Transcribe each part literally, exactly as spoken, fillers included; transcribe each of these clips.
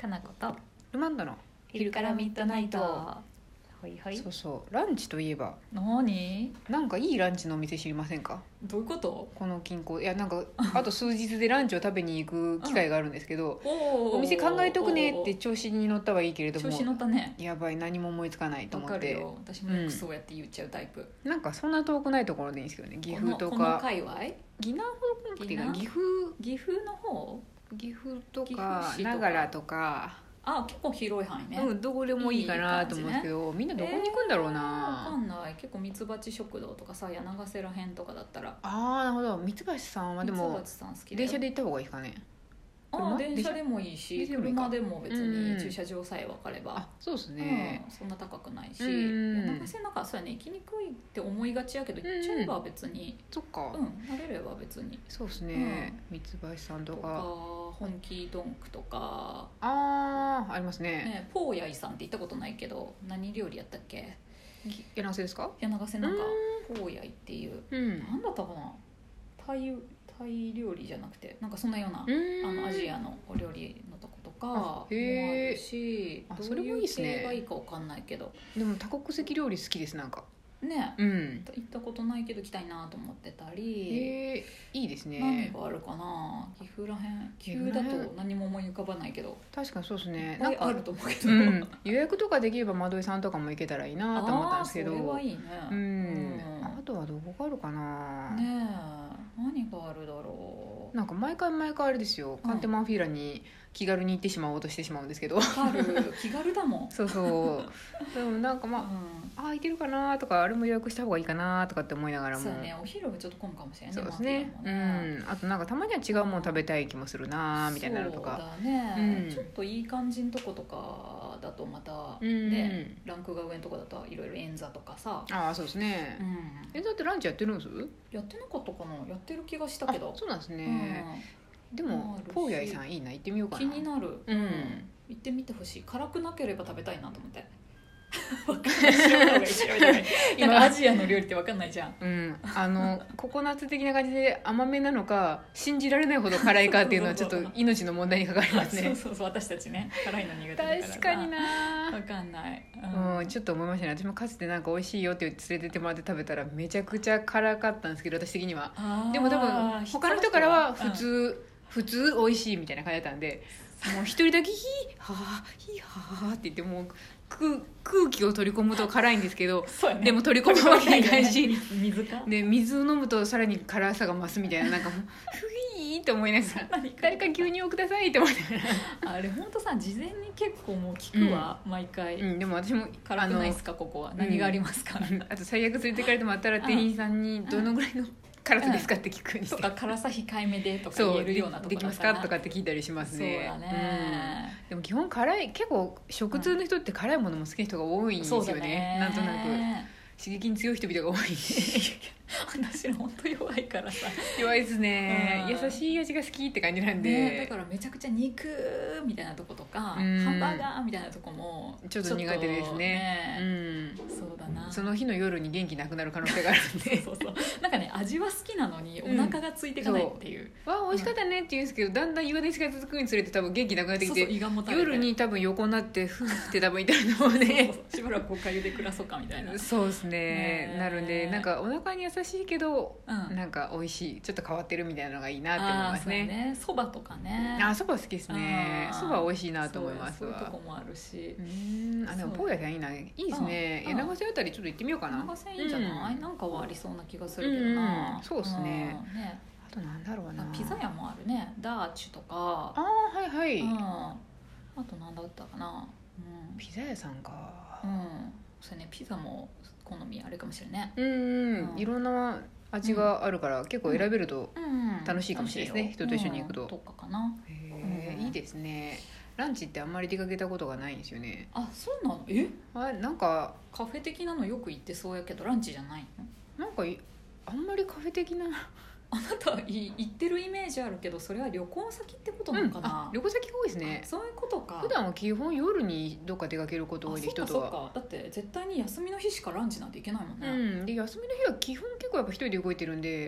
かなことルマンドの昼からミッドナイト。はいはい。 そうそうランチといえば何？ なんかいいランチのお店知りませんか？ どういうこと？ この近郊いやなんかあと数日でランチを食べに行く機会があるんですけど、お店考えとくねって調子に乗ったはいいけれども、 調子乗ったね。 やばい何も思いつかないと思わってかるよ。私もよくそうやって言っちゃうタイプ。 なんかそんな遠くないところでいいんですけどね、岐阜とこのこのか界隈？ 岐南ほどっていうか岐岐阜岐阜の方？ 岐阜と岐か阜市とか長良とかあ、結構広い範囲ね。 うん、どこでもいいかなと思うんですけど、みんなどこに行くんだろうな、 わかんない。結構ミツバチ食堂とかさ、柳瀬らへんとかだったら。 ああなるほど。三橋さんはでもミツバチさん好きだよ。 電車で行った方がいいですかね。 あ、電車でもいいし、車でも別に駐車場さえ分かれば、 あそうですね、 うん、そんな高くないし、 うん柳瀬なんかそうやね、行きにくいって思いがちやけど、行っちゃえば別に、 そっか、 うん、慣れれば別に。 そうですね、三橋さんとかとか本気ドンクとか、 ああありますね。 ね、ポーヤイさんって行ったことないけど、何料理やったっけ？ 柳瀬ですか？ 柳瀬なんかポーヤイっていう、 うん、 なんだったかな、タイタイ料理じゃなくてなんかそんなような、 うんあのアジアのお料理のとことかもあへーるし、 あどうそれもいいっすねいう系がいいかわかんないけどでも多国籍料理好きですなんか。 ね、 うん行ったことないけど行きたいなと思ってたり、 へえいいです何ね。 があるかな、岐阜らへん、岐岐阜だ阜らへんと何も思い浮かばないけど、 確かにそうですいね。 っぱいあると思うけど、 うん、予約とかできれば窓井さんとかも行けたらいいなと思ったんですけど、 あーそれはいいね、 うん、 うんあとはどこがあるかな、 ねえ、何があるだろう。 なんか毎回毎回あれですよ、 うんカンテマンフィーラに気軽に行ってしまおうとしてしまうんですけどわかる、気軽だもん。 そうそうでもなんかまあ、 うんあ空いてるかなとか、あれも予約した方がいいかなとかって思いながらも、 そうね、お昼はちょっと混むかもしれないね。 そうですね、 マフィアもねうん、あとなんかたまには違うもの食べたい気もするなみたいなのとか、 そうだね、 うんちょっといい感じのとことかだとまたうんね、ランクが上のとこだといろいろ演座とかさ、 ああそうですね、 うんえだってランチやってるんです？ やってなかったかな、やってる気がしたけど、 あそうなんですうね、 んでもあるしポーヤイさんいいな、行ってみようかな。 気になる、 うん行ってみてほしい。辛くなければ食べたいなと思って分かんない、調べた方がいい、調べた方がいい今なんかアジアの料理って分かんないじゃん。 うん、あのココナッツ的な感じで甘めなのか信じられないほど辛いかっていうのはちょっと命の問題にかかりますね。 そうそうそう、私たちね、辛いの苦手だから確かにな、 分かんない、 うん、ちょっと思いましたね。私もかつてなんか美味しいよって連れてってもらって食べたらめちゃくちゃ辛かったんですけど、私的には。 あーでも多分他の人からは普通、 うん普通美味しいみたいな感じだったんで、もう一人だけヒーはあヒーはあって言って、もう空空気を取り込むと辛いんですけど、 そうやね、 でも取り込むわけにいかないし、 水かで水を飲むとさらに辛さが増すみたいな、なんかもうふいーって思いながら誰か牛乳をくださいって思いながらあれ本当さ、事前に結構もう聞くわ、うん、毎回、 うん、でも私も辛くないですか、ここは何がありますか、 うん、あと最悪連れてかれてもらったら店員さんにどのぐらいの辛さですかって聞くようにして、 とか辛さ控えめでとかそう言えるようなとこできますかとかって聞いたりしますね。 そうだね、 うん、でも基本辛い、結構食通の人って辛いものも好きな人が多いんですよね、 そうだね、 なんとなく刺激に強い人々が多い私ら本当弱いからさ、 弱いですね、 うん優しい味が好きって感じなんで、 ね、だからめちゃくちゃ肉みたいなとことか、 うんハンバーガーみたいなとこもちょっと苦手ですね、 ね、 うん、 そうだな、 その日の夜に元気なくなる可能性があるんでそうそう、なんかね、味は好きなのにお腹がついていかないっていう、 わあ美味しかったねって言うんですけど、だんだん夕方が続くにつれて多分元気なくなってきて、 そうそう、胃がもたれて夜に多分横になってふーって多分痛いのをねそうそうしばらくおかゆで暮らそうかみたいな、 そうですねねなるんで、なんかお腹に優しいけど、 うんなんか美味しい、ちょっと変わってるみたいなのがいいなって思いあーますね。 そうね、そばとかね、 あ、そば好きですね。 あーそば美味しいなと思いますそうそういうとわ。 こもあるしう、ーん、あでもそうポーヤさんいいな、いいですね。 うん柳瀬あたりちょっと行ってみようかな。 長線いいんじゃない、 うんなんかはありそうな気がするけどな、 うんうんそうっすねうんね、 あとなんだろうな。 ピザ屋もあるね、ダーチュとか、 あーはいはい、 うん、あとなんだったかな、うん、 ピザ屋さんか。 うん、そうね、ピザも好みあれかもしれないね、 うん、うんうんいろんな味があるから、結構選べると、 うん、 楽しいかもしれないですね人と一緒に行くとうんとかかな。 へーうんいいですね。ランチってあんまり出かけたことがないんですよね。 あ、そうなの、え、 あなんかカフェ的なのよく行ってそうやけどランチじゃないの？ なんかいあんまりカフェ的な、 あなたい行ってるイメージあるけど、それは旅行先ってことなのかな、 あ旅行先が多いですね。 そういうことか。 普段は基本夜にどっか出かけることが多いで、 あ、そうか人とは。 そうか、だって絶対に休みの日しかランチなんて行けないもんね。 うん、で休みの日は基本結構やっぱ一人で動いてるんで、 うん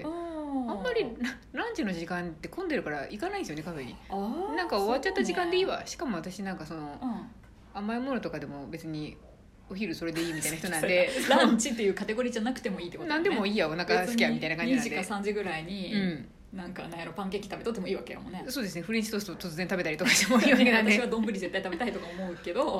あんまりランチの時間って混んでるから行かないんですよねカフェに。 あなんか終わっちゃった時間でいいわ、ね、しかも私なんかその、 うん、 甘いものとかでも別にお昼それでいいみたいな人なんでランチっていうカテゴリーじゃなくてもいいってことだね。 何でもいいやお腹好きやみたいな感じなんでにじかさんじぐらいに、 うんなんかなんやろパンケーキ食べとってもいいわけやもんね。 そうですねフレンチトースト突然食べたりとかしてもいいわけなんで私は丼絶対食べたいとか思うけど、 うん、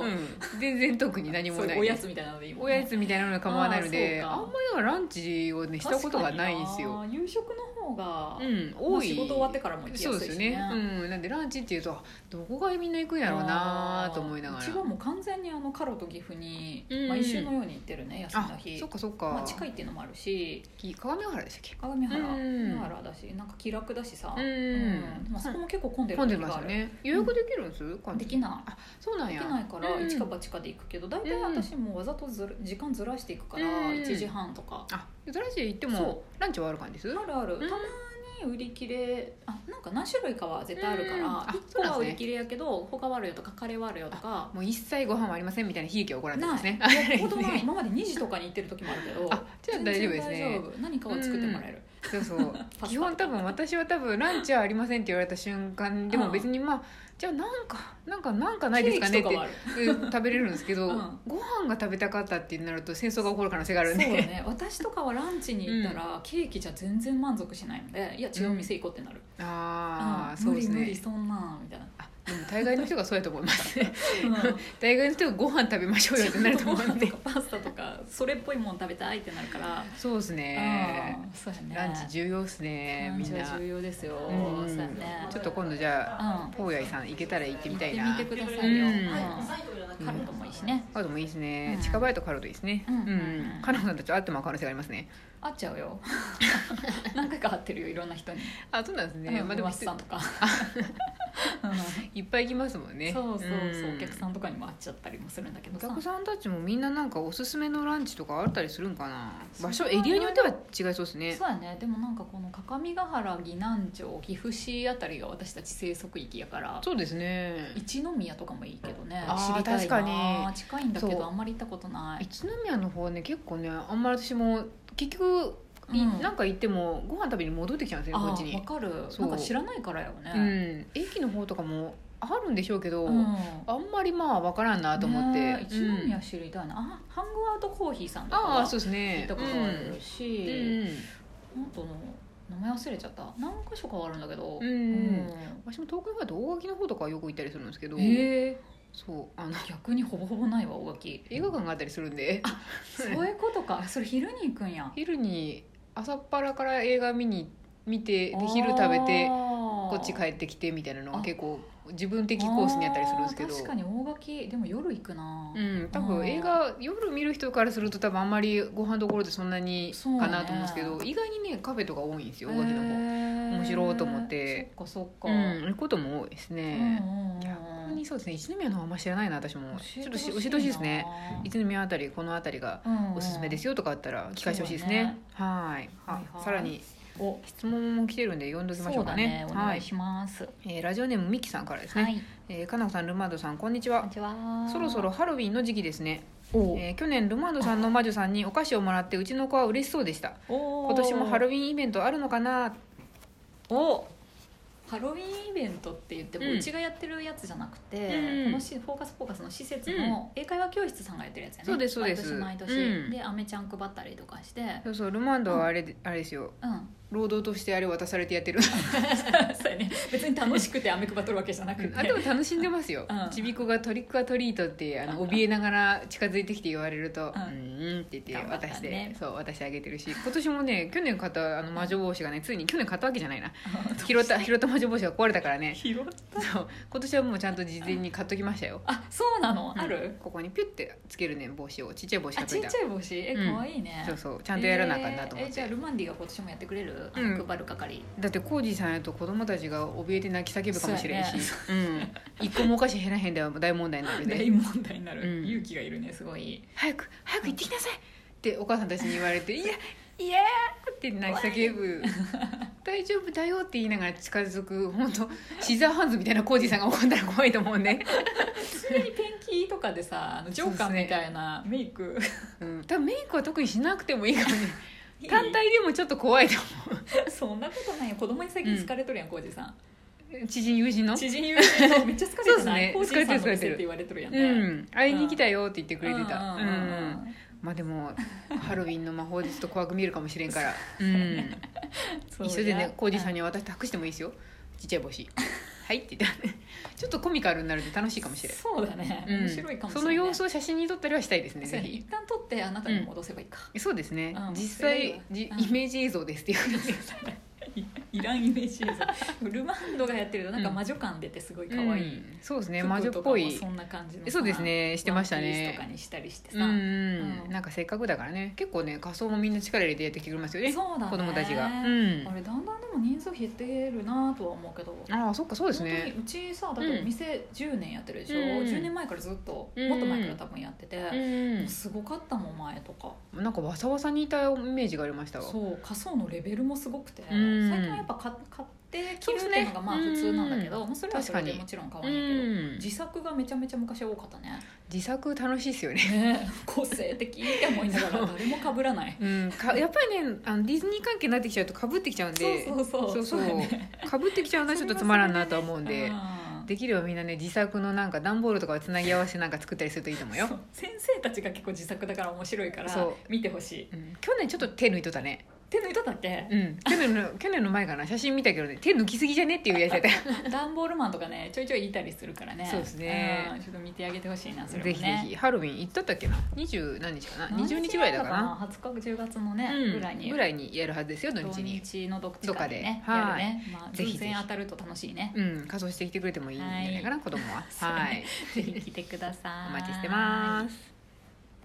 全然特に何もない、 そうおやつみたいなのでいいもんね。 おやつみたいなのが構わないので あ, あ, あんまりだからランチをねしたことがないんですよ。 夕食の方が、 うん多い、 まあ、仕事終わってからも行きやすいし、ね、 そうですよね、うん、なんでランチっていうとどこがみんな行くんやろうなと思いながら。 うちはもう完全にあのカロと岐阜にうん毎週のように行ってるね、休みの日。 あそっかそっか、 まあ、近いっていうのもあるし、 鏡ヶ原でしたっけ。 鏡原、 うん鏡原だしなんか気楽だしさ、 うんうんまあ、そこも結構混んでる混んで時がある。 ますよね。予約できるんです、うん、 できないあそうなんや。 できないからうん一か八かで行くけど、大体私もわざとずる時間ずらしていくからうんいちじはんとか。 あずらして行ってそもランチはある感じです。 あるある、 んたまに売り切れ、あなんか何種類かは絶対あるかうんら、 あいっこは売り切れやけど他はあるよとかカレーはあるよとか。 もう一切ご飯はありませんみたいな悲劇が起こられてますね。 ないよっぽどない今までにじとかに行ってる時もあるけど、 あじゃあ大丈夫ですね全然大丈夫、何かは作ってもらえる。 そうそうパ基本多分私は多分ランチはありませんって言われた瞬間でもうん別にまあじゃあなんかなんかなんかないですかねってケーキとかはあるうん食べれるんですけど、 うんご飯が食べたかったってなると戦争が起こる可能性があるんでそうだね、私とかはランチに行ったら、ケーキじゃ全然満足しないので、いや違う店行こうってなる、 ああ、 うんそうですね。 無理無理そんなんみたいな、 あでも大概の人がそうやと思いますねうん大概の人がご飯食べましょうよってなると思うんでご飯とかパスタとかそれっぽいもの食べたいってなるから、 そうですねうんそうやね、 ランチ重要ですねみんなランチは重要ですよ、 うんそうやね、 ちょっと今度じゃあうんポーヤイさん行けたら行ってみたいな。 行ってみてくださいよ、 うんうんカルトもいいしね、 カードもいいですね、 うん近場やとカルトいいですね。 うんうんうんカナさんたち会っても可能性がありますね。 会っちゃうよ何回か会ってるよいろんな人に、 あそうなんですね。 うんまあでもマスさんとかいっぱい行きますもんね。 そうそうそう、 んお客さんとかにも会っちゃったりもするんだけどさ、 お客さんたちもみんななんかおすすめのランチとかあったりするんかな。場所そうエリアによっては違いそうですね。 そうやね。でもなんかこの各務原、岐南町、岐阜市あたりが私たち生息域やから、 そうですね。 一宮とかもいいけどね、 あー知りたいな。 確かに近いんだけそうどあんまり行ったことない。 一宮の方ね結構ねあんまり私も結局、いうんなんか行ってもご飯食べに戻ってきちゃうんですよねこっちにあーわ。かる。 そうなんか知らないからようね。 ん駅の方とかもあるんでしょうけど、 うんあんまりまあ分からんなと思って、 ねえ一うん宮知りたいな。あ、ハングアウトコーヒーさんとかあはあそうです行ねったことあるうんし、あとの名前忘れちゃった。何箇所かはあるんだけど。 うんうん私も東京だと大垣の方とかはよく行ったりするんですけど、 へえ。 そうあの逆にほぼほぼないわ大垣。 映画館があったりするんでそういうことか。それ昼に行くんや。 昼に朝っぱらから映画見に見てで昼食べてここっち帰ってきてみたいなのが結構自分的コースにあったりするんですけど、 確かに大垣でも夜行くな、 うん、多分映画夜見る人からすると多分あんまりご飯どころでそんなにそうねかなと思うんですけど、意外にねカフェとか多いんですよ大垣の方。面面白いと思ってそっかそっか、 うん、行くことも多いですうんね。 うんうん逆にそうですね一宮の方あんま知らないな私も。ちょっと教えてほしいなし教えてほしいですね。一宮あたりこのあたりがおすすめですよ、 よとかあったら聞かせてほしいですね。はいあはいはいさらにお質問も来てるんで読んどきましょそううだかねねお願いします、 えーラジオネームミキさんからですね、 はいえーかなこさんルマンドさんこんにちはこんに。ちは。 そろそろハロウィンの時期ですね、 お、 えー去年ルマンドさんの魔女さんにお菓子をもらってうちの子は嬉しそうでした。 お今年もハロウィンィンイベントあるのかな。 おハロウィンイベントって言っても、 ううんちがやってるやつじゃなくて、 うんこのしフォーカスフォーカスの施設の英会話教室さんがやってるやつやね。 そうですそうです毎年毎年、 うんでアメちゃん配ったりとかして、 そうそうルマンドはあれで、あれですようん労働としてあれ渡されてやってるそうやね、別に楽しくてアメ配っとるわけじゃなくて、 あでも楽しんでますよ、 うんちびっこがトリックアトリートってあの怯えながら近づいてきて言われると「ううんん」って言って頑張ったね渡して、そう渡してあげてるし今年もね去年買ったあの魔女帽子がねついに去年買ったわけじゃないな拾った拾った魔女帽子が壊れたからね拾ったそう今年はもうちゃんと事前に買っときましたよ。 あ、そうなの、 うんあるここにピュッてつけるね帽子をちっちゃい帽子買あ、 っといた。 ちっちゃい帽子え、 うんかわいいね。 そうそうちゃんとやらなあかんなと思って、 えーえじゃあルマンディが今年もやってくれる、あうんの配る係。 だってコージーさんやと子供たちが怯えて泣き叫ぶかもしれんしそううん一個もお菓子減らへんでは大問題になるで大問題になる、 うん勇気がいるね、すごい。 早く早く行ってきなさいってお母さんたちに言われて「いやいやー」って泣き叫ぶ「大丈夫だよ」って言いながら近づく本当シザーハンズみたいなコージーさんが怒ったら怖いと思うんで、 常にペンキとかでさ、あのジョーカーみたいなメイク、 うん、多分メイクは特にしなくてもいいかもね単体でもちょっと怖いと思そんなことないよ、子供に最近好かれとるやん、浩二さん。 う知人友人の知人友人のめっちゃ好かれてない？ そうですね浩二さんの好かれてる店って言われとるやんね。 うん会いに来たよって言ってくれてた。 うんうんうんうんうんまあでもハロウィンの魔法術と怖く見えるかもしれんから、うん、 そう一緒でね浩二さんにに私託してもいいですよ、ちっちゃい帽子はいって言ってちょっとコミカルになると楽しいかもしれん。 そうだね、 うん面白いかもしれない、 その様子を写真に撮ったりはしたいですね、 そうやねぜひ一旦撮ってあなたに戻せばいいか、 そうですね、 うん実それいいわ際じうんイメージ映像ですっていういいらんイメージ映像ルマンドがやってるとなんか魔女感出てすごい可愛い、 うんそうですね服魔女っとかもぽい。 そんな感じのさそうですねしてましたねワンピースとかにしたりしてさ、 うんうんうんなんかせっかくだからね結構ね仮装もみんな力入れてやってきてくれますよね、 そうだね子供たちが、うん、 あれだんだんでも人数減ってるなとは思うけど、 ああそっかそうですね本当にうちさだってお店じゅうねんやってるでしょ、 うんじゅうねんまえからずっと、 うんもっと前から多分やってて、 うんもうすごかったもん前とか。 なんかわさわさにいたイメージがありましたわ。 そう仮想のレベルもすごくて、 うん最近はやっぱ買買って着るっていうのがまあ普通なんだけど、 うんまあ、それはそれでもちろん可愛いけど、 うん自作がめちゃめちゃ昔多かったね。 自作楽しいですよね、 ね個性的って思いながら誰も被らない。 うん、かやっぱりねあのディズニー関係になってきちゃうとかぶってきちゃうんでそうそうそうそうそうそうだねかぶってきちゃうのはちょっとつまらんなとは思うんでうんできればみんなね自作のなんか段ボールとかをつなぎ合わせてなんか作ったりするといいと思うよそう先生たちが結構自作だから面白いからそう見てほしい。 うん去年ちょっと手抜いとったね、 手抜いとったっけ？ うん、去年の去年の前かな写真見たけどね手抜きすぎじゃねっていうやつやったよダンボールマンとかねちょいちょいいたりするからね。 そうですねうんちょっと見てあげてほしいなそれもね。 ぜひぜひハロウィン行っとったっけな二十何日かなにじゅうにちぐらいだかなはつかじゅうがつのね、 うんぐらいにぐらいにやるはずですよ土土日に日のどっちどっかでかでねはいやるね、まあ、 ぜひぜひ偶然当たると楽しいね。 うん仮装してきてくれてもいいんじゃないかな、子供はそうはいぜひ来てください。 お待ちしてます